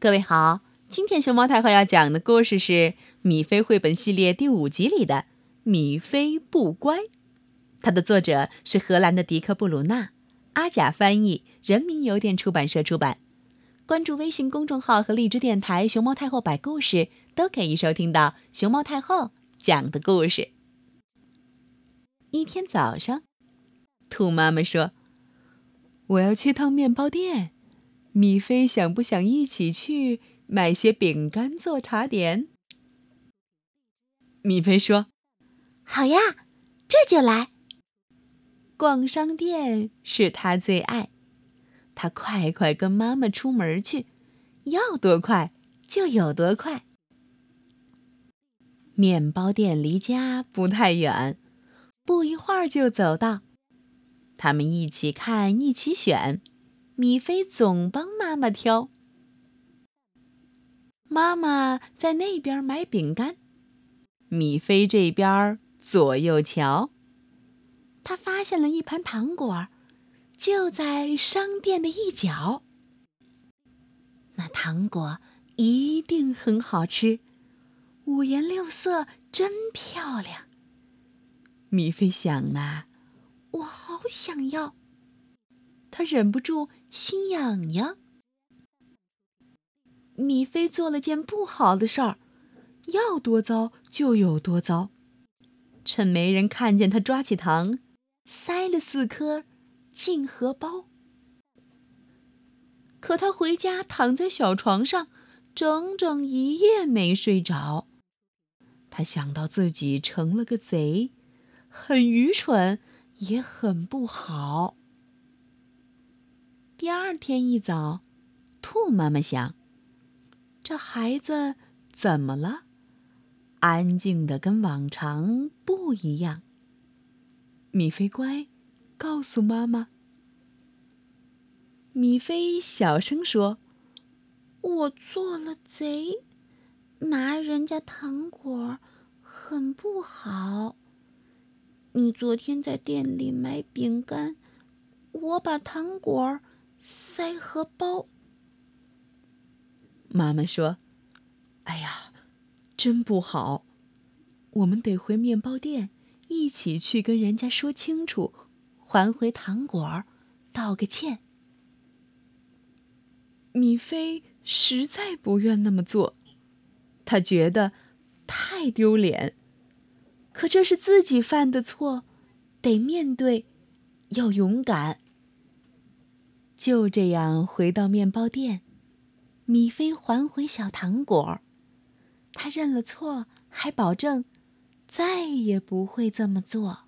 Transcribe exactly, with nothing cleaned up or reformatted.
各位好，今天熊猫太后要讲的故事是米菲绘本系列第五集里的《米菲不乖》，它的作者是荷兰的迪克·布鲁纳，阿甲翻译，人民邮电出版社出版。关注微信公众号和荔枝电台熊猫太后摆故事，都可以收听到熊猫太后讲的故事。一天早上，兔妈妈说：“我要去趟面包店，米菲想不想一起去买些饼干做茶点？”米菲说：“ 好呀，这就来。” 逛商店是她最爱，她快快跟妈妈出门去，要多快就有多快。面包店离家不太远，不一会儿就走到。他们一起看，一起选，米菲总帮妈妈挑。妈妈在那边买饼干，米菲这边左右瞧。她发现了一盘糖果，就在商店的一角。那糖果一定很好吃，五颜六色，真漂亮。米菲想啊，我好想要。她忍不住心痒痒。米菲做了件不好的事儿，要多糟就有多糟。趁没人看见她抓起糖，塞了四颗进荷包。可她回家躺在小床上，整整一夜没睡着。她想到自己成了个贼，很愚蠢，也很不好。第二天一早，兔妈妈想，这孩子怎么了？安静的跟往常不一样。米菲乖，告诉妈妈。米菲小声说：“我做了贼，拿人家糖果，很不好。你昨天在店里买饼干，我把糖果塞荷包。”妈妈说：“哎呀，真不好，我们得回面包店，一起去跟人家说清楚，还回糖果，道个歉。”米菲实在不愿那么做，她觉得太丢脸。可这是自己犯的错，得面对，要勇敢。就这样回到面包店，米菲还回小糖果，她认了错，还保证再也不会这么做。